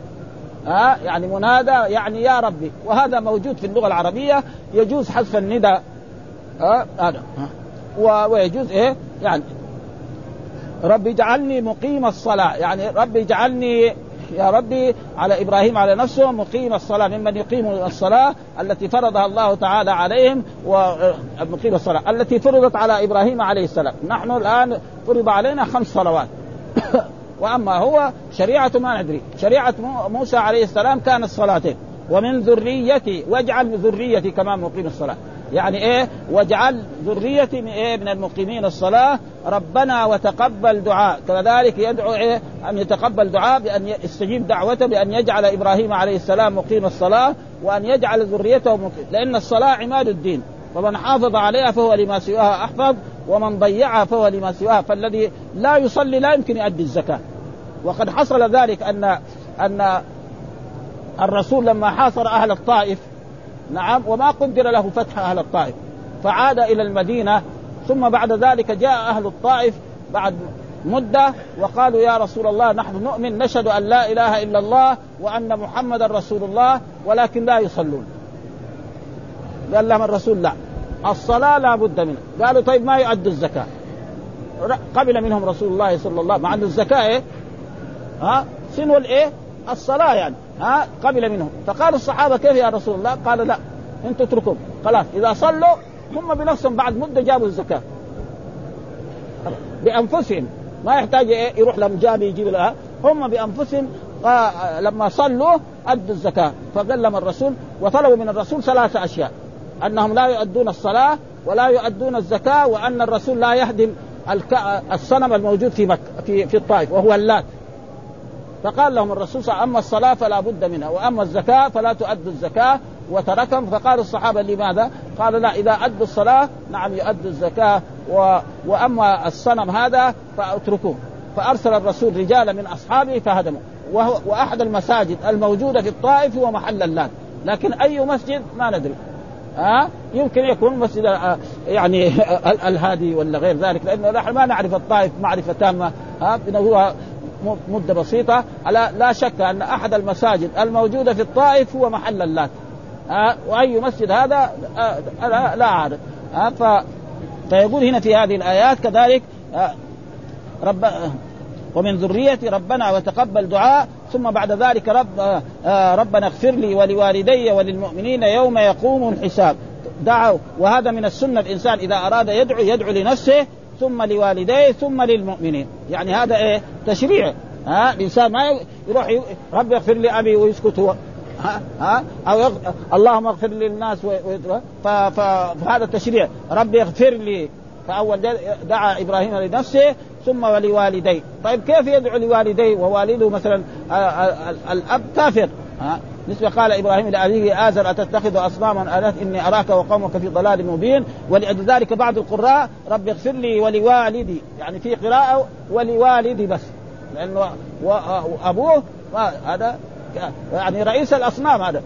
يعني منادى يعني يا ربي. وهذا موجود في اللغة العربية يجوز حذف النداء هذا ويجوز إيه يعني ربي اجعلني مقيم الصلاة يعني ربي اجعلني يا ربي على إبراهيم على نفسه مقيم الصلاة، ممن يقيم الصلاة التي فرضها الله تعالى عليهم، ومقيم الصلاة التي فرضت على إبراهيم عليه السلام. نحن الآن فرض علينا 5 صلوات وأما هو شريعة ما ندري. شريعة موسى عليه السلام كانت صلاتين، ومن ذريتي واجعل ذريتي كمان مقيم الصلاة، يعني إيه واجعل ذريتي من المقيمين الصلاة. ربنا وتقبل دعاء، كذلك يدعو أن يتقبل دعاء بأن يستجيب دعوته بأن يجعل إبراهيم عليه السلام مقيم الصلاة وأن يجعل ذريته مقيم، لأن الصلاة عماد الدين، فمن حافظ عليها فهو لما سواها أحفظ، ومن ضيعها فهو لما سواها. فالذي لا يصلي لا يمكن يؤدي الزكاة. وقد حصل ذلك أن الرسول لما حاصر أهل الطائف، نعم، وما قدر له فتح أهل الطائف، فعاد إلى المدينة، ثم بعد ذلك جاء أهل الطائف بعد مدة وقالوا يا رسول الله نحن نؤمن نشهد أن لا إله إلا الله وأن محمد رسول الله ولكن لا يصلون. قال لهم الرسول لا، الصلاة لا بد منها. قالوا طيب ما يؤدوا الزكاة. قبل منهم رسول الله صلى الله عليه وسلم، مع أن الزكاة إيه؟ سنو الإيه؟ الصلاة يعني، قبل منهم. فقال الصحابة كيف يا رسول الله؟ قال لا، انتوا اتركوا خلاص، إذا صلوا هم بنفسهم بعد مدة جابوا الزكاة بأنفسهم، ما يحتاج يروح لهم جابي يجيب لها، هم بأنفسهم لما صلوا أدوا الزكاة. فقال لهم الرسول وطلبوا من الرسول 3 أشياء: أنهم لا يؤدون الصلاة ولا يؤدون الزكاة، وأن الرسول لا يهدم الصنم الموجود في مكة في الطائف وهو اللات. فقال لهم الرسول أما الصلاة فلا بد منها وأما الزكاة فلا تؤدوا الزكاة، وتركهم. فقال الصحابة لماذا؟ قالوا لا، إذا أدوا الصلاة نعم يؤدوا الزكاة، وأما الصنم هذا فأتركوه. فأرسل الرسول رجالا من أصحابه فهدموا. وأحد المساجد الموجودة في الطائف هو محل اللات، لكن أي مسجد ما ندري، يمكن يكون مسجد يعني الهادي ولا غير ذلك، لأنه نحن ما نعرف الطائف معرفة تامة، هو مدة بسيطة. لا شك أن أحد المساجد الموجودة في الطائف هو محل اللات، وأي مسجد هذا لا أعرف. فيقول هنا في هذه الآيات كذلك ومن ذريتي ربنا وتقبل دعاء، ثم بعد ذلك ربنا اغفر لي ولوالدي وللمؤمنين يوم يقوم الحساب. دعوا، وهذا من السنة، الإنسان إذا أراد يدعو لنفسه ثم لوالديه ثم للمؤمنين، يعني هذا إيه تشريع. الإنسان ما يروح رب اغفر لي أبي ويسكت هو، أو اللهم اغفر للناس فهذا تشريع. رب اغفر لي، فأول دعا إبراهيم لنفسه ثم ولوالديه. طيب كيف يدعو لوالديه ووالده مثلا الأب كافر؟ مثل قال إبراهيم لأبيه آزر أتتخذ أصناما آلهة إني أراك وقومك في ضلال مبين. ولذلك بعض القراء رب اغفر لي ولوالدي، يعني في قراءة ولوالدي بس، لأنه أبوه هذا يعني رئيس الأصنام هذا،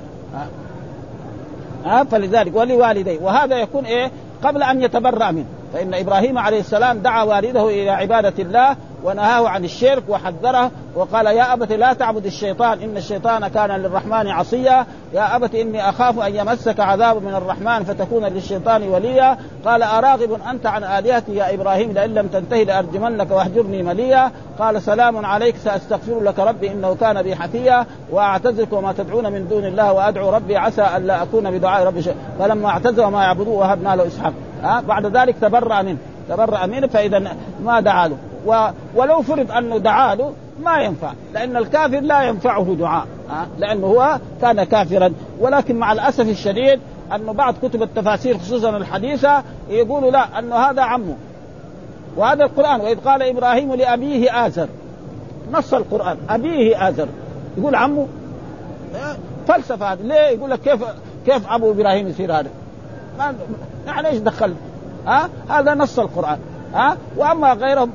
فلذلك ولوالدي. وهذا يكون إيه قبل أن يتبرأ منه، فإن إبراهيم عليه السلام دعا والده إلى عبادة الله ونهاه عن الشرك وحذره وقال يا أبت لا تعبد الشيطان إن الشيطان كان للرحمن عصيا. يا أبت إني أخاف أن يمسك عذاب من الرحمن فتكون للشيطان وليا. قال أراغب أنت عن آلهتي يا إبراهيم لئن لم تنتهي لأرجمنك واهجرني مليا. قال سلام عليك سأستغفر لك ربي إنه كان بي حفيا وأعتزلك وما تدعون من دون الله وأدعو ربي عسى ألا أكون بدعاء ربي فلما اعتزل ما يعبدوه وهبنا له إسحاق. بعد ذلك تبرأ منه فإذا ما دعا له. ولو فرض أنه دعا له ما ينفع، لأن الكافر لا ينفعه دعاء، لأنه هو كان كافرا. ولكن مع الأسف الشديد أنه بعض كتب التفاسير خصوصا الحديثة يقولوا لا، أنه هذا عمه. وهذا القرآن وإذ قال إبراهيم لأبيه آزر، نص القرآن أبيه آزر، يقول عمه. فلسفة هذا. ليه يقول لك كيف أبو إبراهيم يصير هذا؟ نحن إيش دخل؟ هذا نص القرآن. وأما غيرهم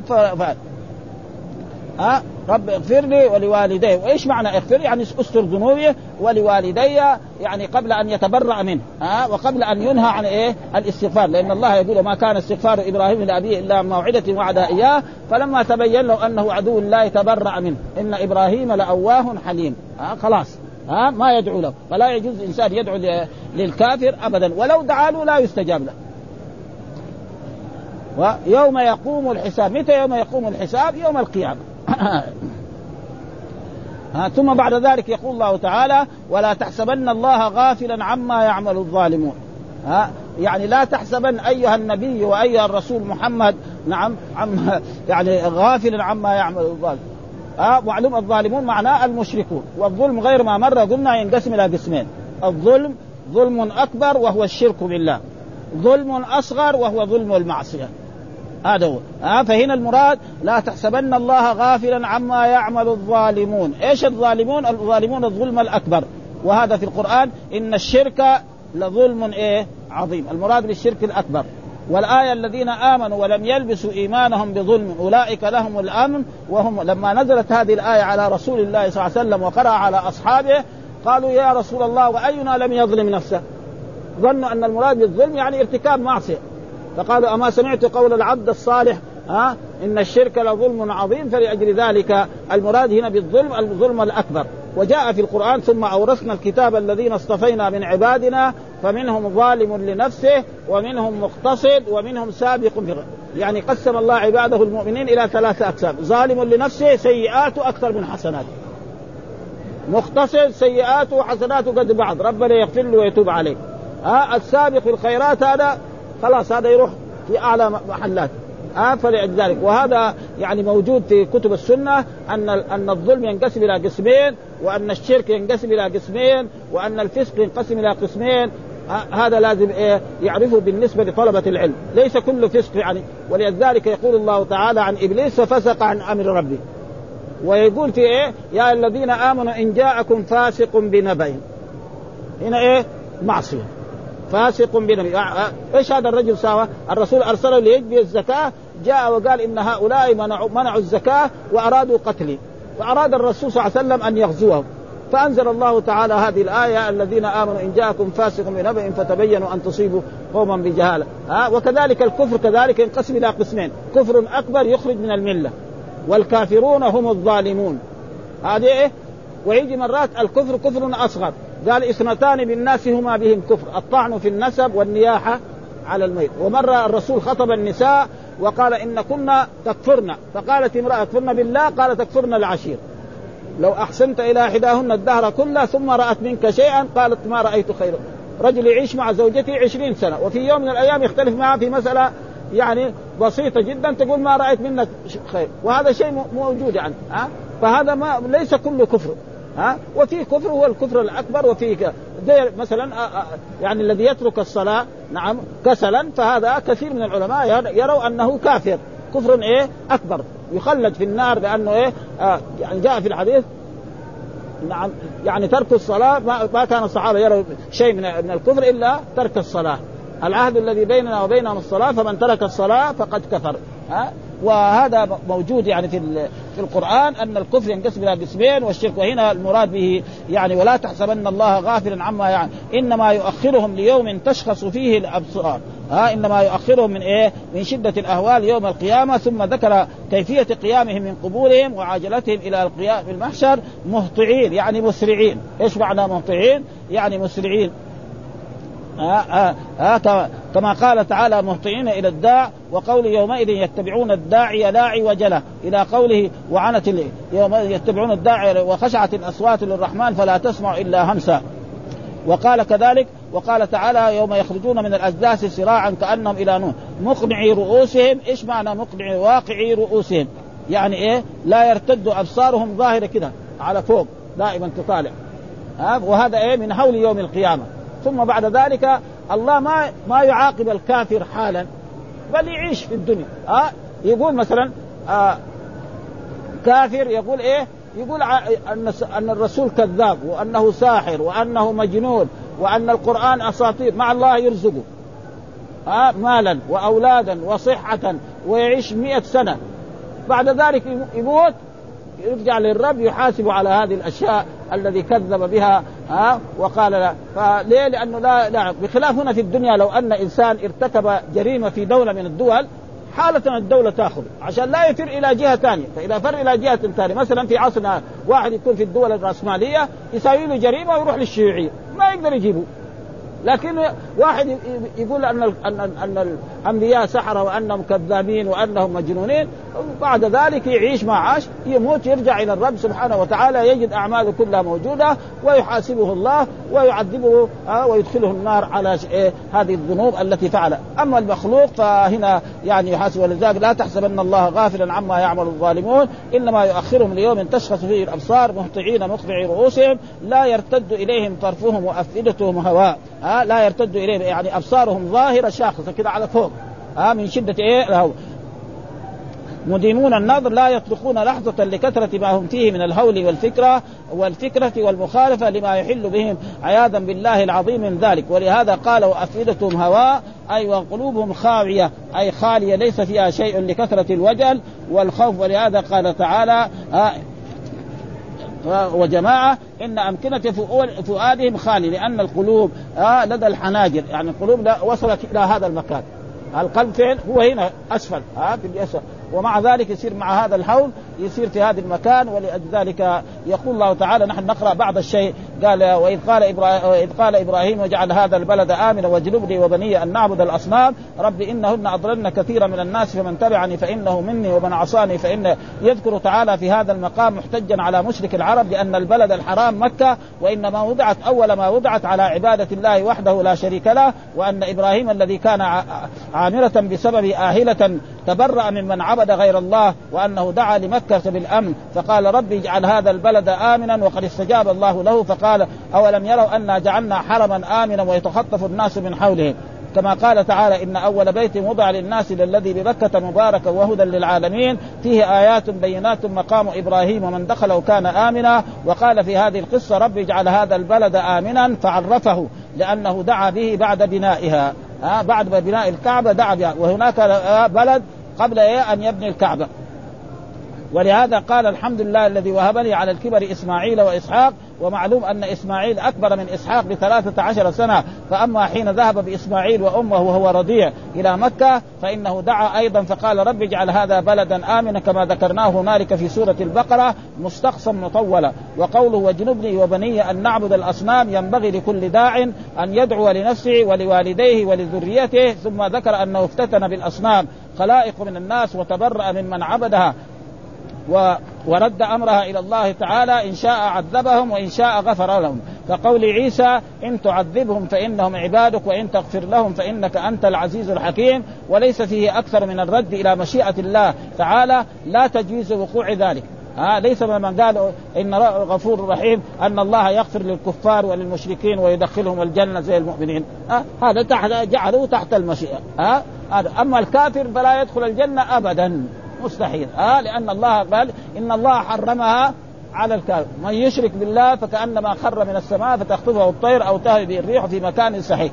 رب اغفر لي ولوالدي. وإيش معنى اغفر؟ يعني استر ذنوبي، ولوالدي يعني قبل أن يتبرأ منه، وقبل أن ينهى عن الاستغفار، لأن الله يقول ما كان استغفار إبراهيم لأبيه إلا موعدة وعدها إياه فلما تبين له أنه عدو الله تبرأ منه إن إبراهيم لأواه حليم. خلاص ما يدعو له، فلا يجوز الإنسان يدعو للكافر أبدا، ولو دعا له لا يستجاب له. ويوم يقوم الحساب، متى يوم يقوم الحساب؟ يوم القيامة. ثم بعد ذلك يقول الله تعالى ولا تحسبن الله غافلا عما يعمل الظالمون. يعني لا تحسبن أيها النبي وأيها الرسول محمد يعني غافلا عما يعمل الظالمون. معلوم الظالمون معناه المشركون، والظلم غير ما مر قلنا ينقسم إلى قسمين: الظلم ظلم أكبر وهو الشرك بالله، ظلم أصغر وهو ظلم المعصية. هذا هو. فهنا المراد لا تحسبن الله غافلا عما يعمل الظالمون. ايش الظالمون؟ الظالمون الظلم الأكبر، وهذا في القرآن إن الشرك لظلم عظيم، المراد بالشرك الأكبر. والآية الذين آمنوا ولم يلبسوا إيمانهم بظلم أولئك لهم الأمن وهم. لما نزلت هذه الآية على رسول الله صلى الله عليه وسلم وقرأ على أصحابه قالوا يا رسول الله وأينا لم يظلم نفسه؟ ظنوا أن المراد بالظلم يعني ارتكاب معصية، فقالوا أما سمعت قول العبد الصالح إن الشرك لظلم عظيم، فلأجل ذلك المراد هنا بالظلم الظلم الأكبر. وجاء في القرآن ثم أورثنا الكتاب الذين اصطفينا من عبادنا فمنهم ظالم لنفسه ومنهم مقتصد ومنهم سابق يعني قسم الله عباده المؤمنين إلى 3 أقسام: ظالم لنفسه سيئاته أكثر من حسناته، مقتصد سيئاته وحسناته قد بعض ربنا يغفر له ويتوب عليه، السابق في الخيرات هذا خلاص هذا يروح في أعلى محلات. فلذلك وهذا يعني موجود في كتب السنة أن الظلم ينقسم إلى قسمين، وأن الشرك ينقسم إلى قسمين، وأن الفسق ينقسم إلى قسمين. هذا لازم يعرفه بالنسبة لطلبة العلم، ليس كل فسق يعني. ولذلك يقول الله تعالى عن إبليس ففسق عن أمر ربه، ويقول في يا الذين آمنوا إن جاءكم فاسق بنبأ. هنا معصية، فاسق بنبأ. ايش هذا الرجل سوى؟ الرسول ارسله ليجبي الزكاة، جاء وقال ان هؤلاء منعوا الزكاة وارادوا قتلي، فاراد الرسول صلى الله عليه وسلم ان يغزوهم، فانزل الله تعالى هذه الآية الذين آمنوا إن جاءكم فاسق بنبأ فتبينوا أن تصيبوا قوما بجهالة. وكذلك الكفر كذلك ينقسم إلى قسمين: كفر أكبر يخرج من الملة، والكافرون هم الظالمون. هذه ويجي مرات الكفر كفر أصغر، قال 2 بالناس هما بهم كفر: الطعن في النسب والنياحة على الميت. ومرة الرسول خطب النساء وقال إن كنا تكفرن، فقالت امرأة تكفرن بالله، قال تكفرن العشير. لو أحسنت إلى إحداهن الدهر كله ثم رأت منك شيئا قالت ما رأيت خيرا. رجل يعيش مع زوجته 20 سنة وفي يوم من الأيام يختلف معها في مسألة يعني بسيطة جدا تقول ما رأيت منك خير، وهذا شيء موجود يعني. فهذا ما ليس كله كفر. وفي كفر هو الكفر الأكبر، وفي زي مثلا يعني الذي يترك الصلاة كسلا، فهذا كثير من العلماء يروا أنه كافر كفر أكبر يخلد في النار، لأنه يعني جاء في الحديث يعني ترك الصلاة ما كان الصحابة يروا شيء من الكفر إلا ترك الصلاة. العهد الذي بيننا وبينهم الصلاة، فمن ترك الصلاة فقد كفر. وهذا موجود يعني في القرآن أن الكفر ينقسم إلى قسمين والشرك. وهنا المراد به يعني ولا تحسبن الله غافلا عما يعني إنما يؤخرهم ليوم تشخص فيه الأبصار. إنما يؤخرهم من شدة الأهوال يوم القيامة. ثم ذكر كيفية قيامهم من قبورهم وعجلتهم إلى القيام في المحشر مهطعين يعني مسرعين. إيش معنى مهطعين؟ يعني مسرعين. كما قال تعالى مهطعين إلى الداع، وقول يومئذ يتبعون الداعي لا عوج له، إلى قوله وعنت يوم يتبعون الداعي وخشعت الأصوات للرحمن فلا تسمع إلا همسا. وقال كذلك وقال تعالى يوم يخرجون من الأجداث سراعا كأنهم إلى نور مقنعي رؤوسهم. إيش معنى مقنعي؟ واقعي رؤوسهم يعني لا يرتد أبصارهم ظاهرة كده على فوق دائما تطالع. وهذا من هول يوم القيامة. ثم بعد ذلك الله ما يعاقب الكافر حالا، بل يعيش في الدنيا. يقول مثلا كافر يقول يقول أن الرسول كذاب، وأنه ساحر، وأنه مجنون، وأن القرآن أساطير. مع الله يرزقه مالا وأولادا وصحة ويعيش 100 سنة، بعد ذلك يموت يرجع للرب يحاسب على هذه الأشياء الذي كذب بها. وقال لا. فليه؟ لأنه لا بخلاف هنا في الدنيا لو أن إنسان ارتكب جريمة في دولة من الدول حالة الدولة تأخذ عشان لا يفر إلى جهة ثانية. فإذا فر إلى جهة ثانية مثلا في عصرنا واحد يكون في الدول الرأسمالية يساوي له جريمة ويروح للشيوعية ما يقدر يجيبه، لكن واحد يقول أن الأنبياء سحرة وأنهم كذابين وأنهم مجنونين، بعد ذلك يعيش ما عاش، يموت يرجع إلى الرب سبحانه وتعالى، يجد أعماله كلها موجودة ويحاسبه الله ويعذبه ويدخله النار على هذه الذنوب التي فعلها. أما المخلوق فهنا يعني يحاسب. ولذلك لا تحسبن الله غافلا عما يعمل الظالمون، إنما يؤخرهم ليوم تشخص فيه الأبصار مهطعين مقطعي رؤوسهم لا يرتد إليهم طرفهم وأفئدتهم هواء. لا يرتد إليهم يعني أبصارهم ظاهرة شاخصة كده على فوق من شدة الهول. مديمون النظر لا يطلقون لحظة لكثرة ما هم فيه من الهول والفكرة والمخالفة لما يحل بهم عياذا بالله العظيم من ذلك. ولهذا قال وأفئدتهم هواء أي وقلوبهم خاوية أي خالية ليس فيها شيء لكثرة الوجل والخوف. ولهذا قال تعالى وجماعة إن أمكنة فؤادهم خالي، لأن القلوب لدى الحناجر، يعني القلوب وصلت إلى هذا المكان، القلب فين هو هنا أسفل في اليسار، ومع ذلك يصير مع هذا الحول يصير في هذا المكان. ولذلك يقول الله تعالى نحن نقرأ بعض الشيء قال وإذ قال إبراهيم وجعل هذا البلد آمنا واجنبني وبني أن نعبد الأصنام رب إنهن أضللن كثيرا من الناس فمن تبعني فإنه مني ومن عصاني فإن. يذكر تعالى في هذا المقام محتجا على مشرك العرب لأن البلد الحرام مكة وإنما وضعت أول ما وضعت على عبادة الله وحده لا شريك له، وأن إبراهيم الذي كان عامرة بسبب آهلة تبرأ ممن عبد غير الله، وأنه دعا لمكة بالأمن فقال ربي اجعل هذا البلد آمنا وقد استجاب الله له. فقال أولم يروا أنا جعلنا حرما آمنا ويتخطف الناس من حولهم، كما قال تعالى إن أول بيت وضع للناس للذي ببكة مباركا وهدى للعالمين فيه آيات بينات مقام إبراهيم ومن دخله كان آمنا. وقال في هذه القصة ربي اجعل هذا البلد آمنا فعرفه لأنه دعا به بعد بنائها بعد بناء الكعبة دعا بها، وهناك بلد قبل أن يبني الكعبة. ولهذا قال الحمد لله الذي وهبني على الكبر إسماعيل وإسحاق. ومعلوم أن إسماعيل أكبر من إسحاق ب13 سنة، فأما حين ذهب بإسماعيل وأمه وهو رضيع إلى مكة فإنه دعا أيضا فقال رب اجعل هذا بلدا آمنا كما ذكرناه هنالك في سورة البقرة مستقصا مطولا. وقوله واجنبني وبني أن نعبد الأصنام ينبغي لكل داع أن يدعو لنفسه ولوالديه ولذريته. ثم ذكر أنه افتتن بالأصنام خلائق من الناس وتبرأ ممن عبدها ورد أمرها إلى الله تعالى إن شاء عذبهم وإن شاء غفر لهم. فقول عيسى إن تعذبهم فإنهم عبادك وإن تغفر لهم فإنك أنت العزيز الحكيم، وليس فيه أكثر من الرد إلى مشيئة الله تعالى لا تجويز وقوع ذلك. ليس من قال إن غفور رحيم أن الله يغفر للكفار وللمشركين ويدخلهم الجنة زي المؤمنين، هذا جعله تحت المشيئة. أما الكافر فلا يدخل الجنة أبدا مستحيل، لأن الله قال إن الله حرمها على الكافر من يشرك بالله فكأنما خر من السماء فتخطفه الطير أو تهوي به الريح في مكان سحيق.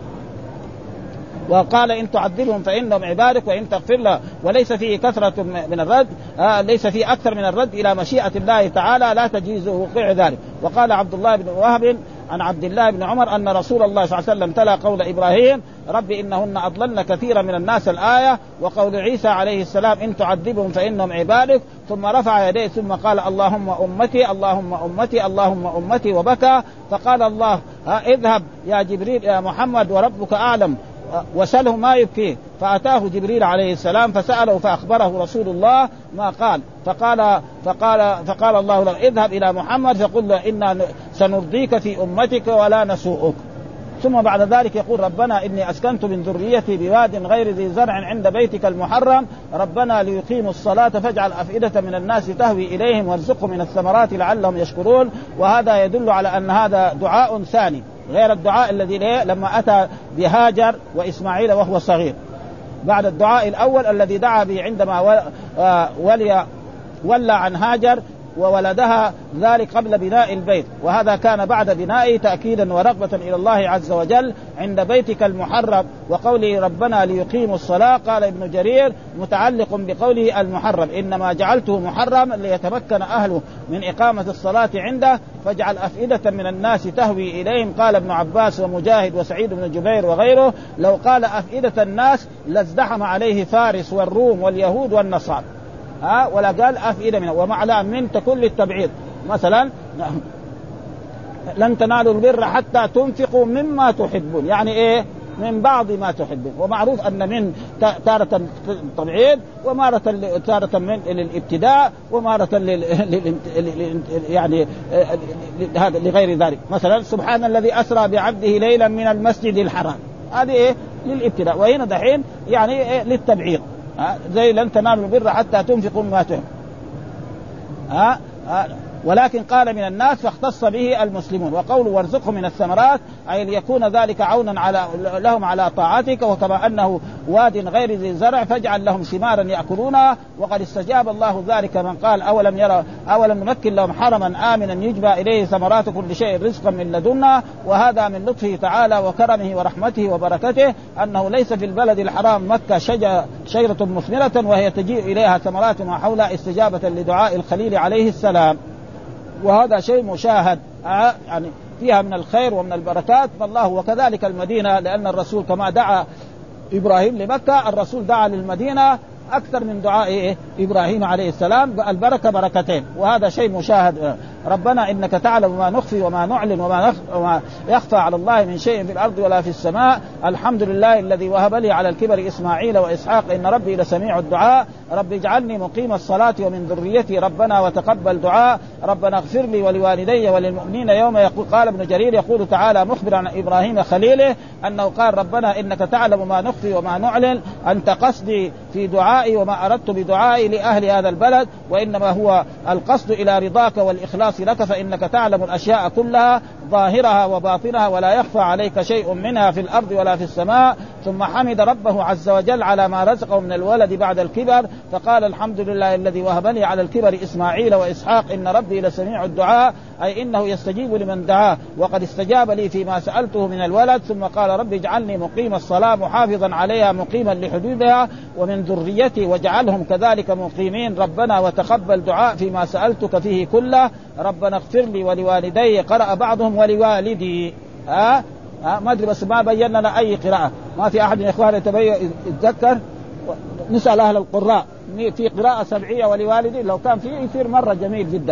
وقال إن تعذبهم فإنهم عبادك وإن تغفر له، وليس فيه كثرة من الرد ليس فيه أكثر من الرد إلى مشيئة الله تعالى لا تجيز وقوع ذلك. وقال عبد الله بن وهب عن عبد الله بن عمر أن رسول الله صلى الله عليه وسلم تلا قول إبراهيم رب إنهن أضللن كثيرا من الناس الآية، وقول عيسى عليه السلام إن تعذبهم فإنهم عبادك، ثم رفع يديه ثم قال اللهم أمتي اللهم أمتي اللهم أمتي وبكى. فقال الله اذهب يا جبريل يا محمد وربك أعلم وسأله ما يبكيه. فأتاه جبريل عليه السلام فسأله فأخبره رسول الله ما قال. فقال الله له اذهب إلى محمد فقل له إنا سنرضيك في أمتك ولا نسوءك. ثم بعد ذلك يقول ربنا إني أسكنت من ذريتي بواد غير ذي زرع عند بيتك المحرم ربنا ليقيموا الصلاة فاجعل أفئدة من الناس تهوي إليهم وارزقهم من الثمرات لعلهم يشكرون. وهذا يدل على أن هذا دعاء ثاني غير الدعاء الذي لما أتى بهاجر وإسماعيل وهو صغير، بعد الدعاء الأول الذي دعا به عندما ولى عن هاجر وولدها ذلك قبل بناء البيت، وهذا كان بعد بنائه تأكيدا ورغبة إلى الله عز وجل عند بيتك المحرم. وقوله ربنا ليقيموا الصلاة قال ابن جرير متعلق بقوله المحرم إنما جعلته محرم ليتمكن أهله من إقامة الصلاة عنده فاجعل أفئدة من الناس تهوي إليهم. قال ابن عباس ومجاهد وسعيد بن جبير وغيره لو قال أفئدة الناس لازدحم عليه فارس والروم واليهود والنصارى ولا قال أفئدة منه، ومعنى من تكون للتبعيض مثلا لن تنالوا البر حتى تنفقوا مما تحبون، يعني إيه؟ من بعض ما تحبون. ومعروف أن من تارة تبعيد، تارة من للابتداء، ومارة يعني هذا لغير ذلك. مثلا سبحان الذي أسرى بعبده ليلا من المسجد الحرام، هذه إيه؟ للابتداء. وهنا دحين يعني إيه؟ للتبعيض. زي لن تنالوا البر حتى تنفقوا مما تحبون. ولكن قال من الناس فاختص به المسلمون. وقول وارزقهم من الثمرات أي ليكون ذلك عونا لهم على طاعتك، وكما أنه واد غير ذي زرع فاجعل لهم ثمارا يأكلونها. وقد استجاب الله ذلك من قال أولم نمكن لهم حرما آمنا يجبى إليه ثمرات كل شيء رزقا من لدنا. وهذا من لطفه تعالى وكرمه ورحمته وبركته أنه ليس في البلد الحرام مكة شجرة مثمرة وهي تجيء إليها ثمرات ما حولها استجابة لدعاء الخليل عليه السلام. وهذا شيء مشاهد يعني فيها من الخير ومن البركات. فالله وكذلك المدينة، لأن الرسول كما دعا إبراهيم لمكة الرسول دعا للمدينة أكثر من دعاء إبراهيم عليه السلام، البركة بركتين. وهذا شيء مشاهد. ربنا إنك تعلم ما نخفي وما نعلن وما يخفى على الله من شيء في الأرض ولا في السماء. الحمد لله الذي وهب لي على الكبر إسماعيل وإسحاق إن ربي لسميع الدعاء. رب اجعلني مقيم الصلاة ومن ذريتي ربنا وتقبل دعاء. ربنا اغفر لي ولوالدي وللمؤمنين يوم يقول. قال ابن جرير يقول تعالى مخبرا عن إبراهيم خليله أنه قال ربنا إنك تعلم ما نخفي وما نعلن، أنت قصدي في دعائي وما أردت بدعائي لأهل هذا البلد، وإنما هو القصد إلى رضاك والإخلاص لك، فإنك تعلم الأشياء كلها ظاهرها وباطنها ولا يخفى عليك شيء منها في الأرض ولا في السماء. ثم حمد ربه عز وجل على ما رزقه من الولد بعد الكبر، فقال الحمد لله الذي وهبني على الكبر إسماعيل وإسحاق إن ربي لسميع الدعاء، أي إنه يستجيب لمن دعاه وقد استجاب لي فيما سألته من الولد. ثم قال ربي اجعلني مقيم الصلاة محافظا عليها مقيما لحدودها ومن ذريتي واجعلهم كذلك مقيمين. ربنا وتقبل دعاء فيما سألتك فيه كله. ربنا اغفر لي ولوالدي. قرأ بعضهم ولوالدي. ما أدري بس ما بينا لنا أي قراءة، ما في أحد من إخواني يتذكر. نسأل أهل القراء في قراءة سبعية ولوالدي، لو كان فيه يصير مرة جميل جدا.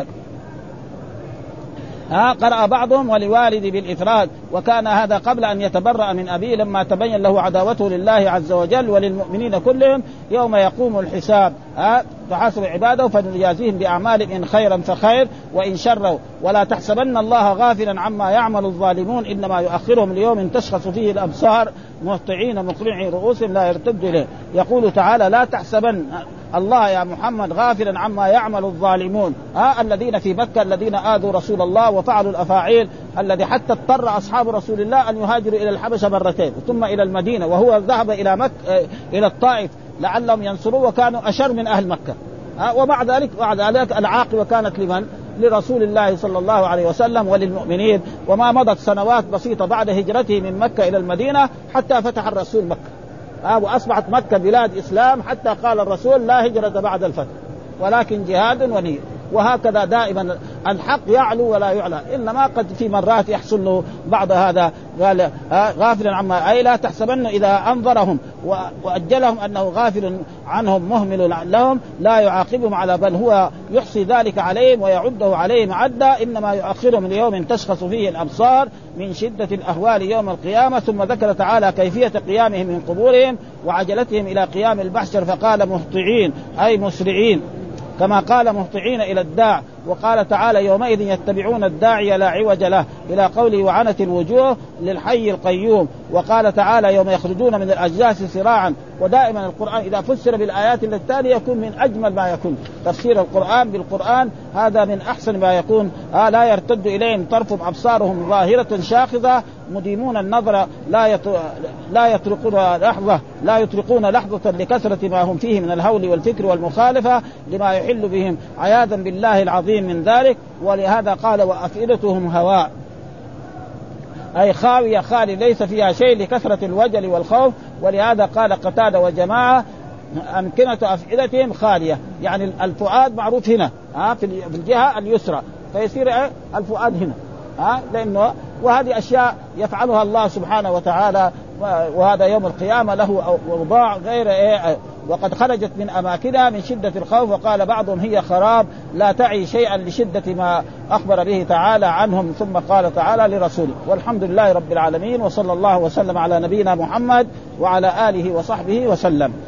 قرأ بعضهم ولوالدي بالإفراد، وكان هذا قبل أن يتبرأ من أبيه لما تبين له عداوته لله عز وجل وللمؤمنين كلهم يوم يقوم الحساب. تحاسب عباده فنجازيهم بأعمالهم إن خيرا فخير وإن شروا. ولا تحسبن الله غافلا عما يعمل الظالمون إنما يؤخرهم ليوم تشخص فيه الأبصار مهطعين مقنعي رؤوسهم لا يرتد إليه. يقول تعالى لا تحسبن الله يا محمد غافلا عما يعمل الظالمون، الذين في مكة الذين آذوا رسول الله وفعلوا الأفاعيل، الذي حتى اضطر أصحاب رسول الله أن يهاجروا إلى الحبشة مرتين ثم إلى المدينة، وهو ذهب إلى الطائف لعلهم ينصروا وكانوا أشر من أهل مكة. ومع ذلك العاقبة كانت لمن؟ لرسول الله صلى الله عليه وسلم وللمؤمنين. وما مضت سنوات بسيطة بعد هجرته من مكة إلى المدينة حتى فتح الرسول مكة، وأصبحت مكة بلاد إسلام حتى قال الرسول لا هجرة بعد الفتح ولكن جهاد ونية. وهكذا دائما الحق يعلو ولا يعلى، إنما قد في مرات يحصل له بعض هذا. قال غافلا عما، أي لا تحسبن إذا أنظرهم وأجلهم أنه غافل عنهم مهمل لهم لا يعاقبهم على، بل هو يحصي ذلك عليهم ويعده عليهم عدا، إنما يؤخرهم ليوم تشخص فيه الأبصار من شدة الأهوال يوم القيامة. ثم ذكر تعالى كيفية قيامهم من قبورهم وعجلتهم إلى قيام البحشر، فقال مهطعين أي مسرعين كما قال مهطعين إلى الداع. وقال تعالى يومئذ يتبعون الداعي لا عوج له إلى قوله وعنت الوجوه للحي القيوم. وقال تعالى يوم يخرجون من الأجداث سراعا. ودائما القرآن إذا فسر بالآيات التالية يكون من أجمل ما يكون. تفسير القرآن بالقرآن هذا من أحسن ما يكون. لا يرتد إليهم طرفهم أبصارهم ظاهرة شاخصة مديمون النظر لا يطرقون لحظة لكثرة ما هم فيه من الهول والفكر والمخالفة لما يحل بهم عياذا بالله العظيم من ذلك. ولهذا قال وأفئدتهم هواء، أي خاوية خالي ليس فيها شيء لكثرة الوجل والخوف. ولهذا قال قتادة وجماعة أمكنة أفئدتهم خالية، يعني الفؤاد معروف هنا في الجهة اليسرى، فيصير الفؤاد هنا لأنه وهذه أشياء يفعلها الله سبحانه وتعالى. وهذا يوم القيامة له أوضاع وقد خرجت من أماكنها من شدة الخوف. وقال بعضهم هي خراب لا تعي شيئا لشدة ما أخبر به تعالى عنهم. ثم قال تعالى لرسوله. والحمد لله رب العالمين، وصلى الله وسلم على نبينا محمد وعلى آله وصحبه وسلم.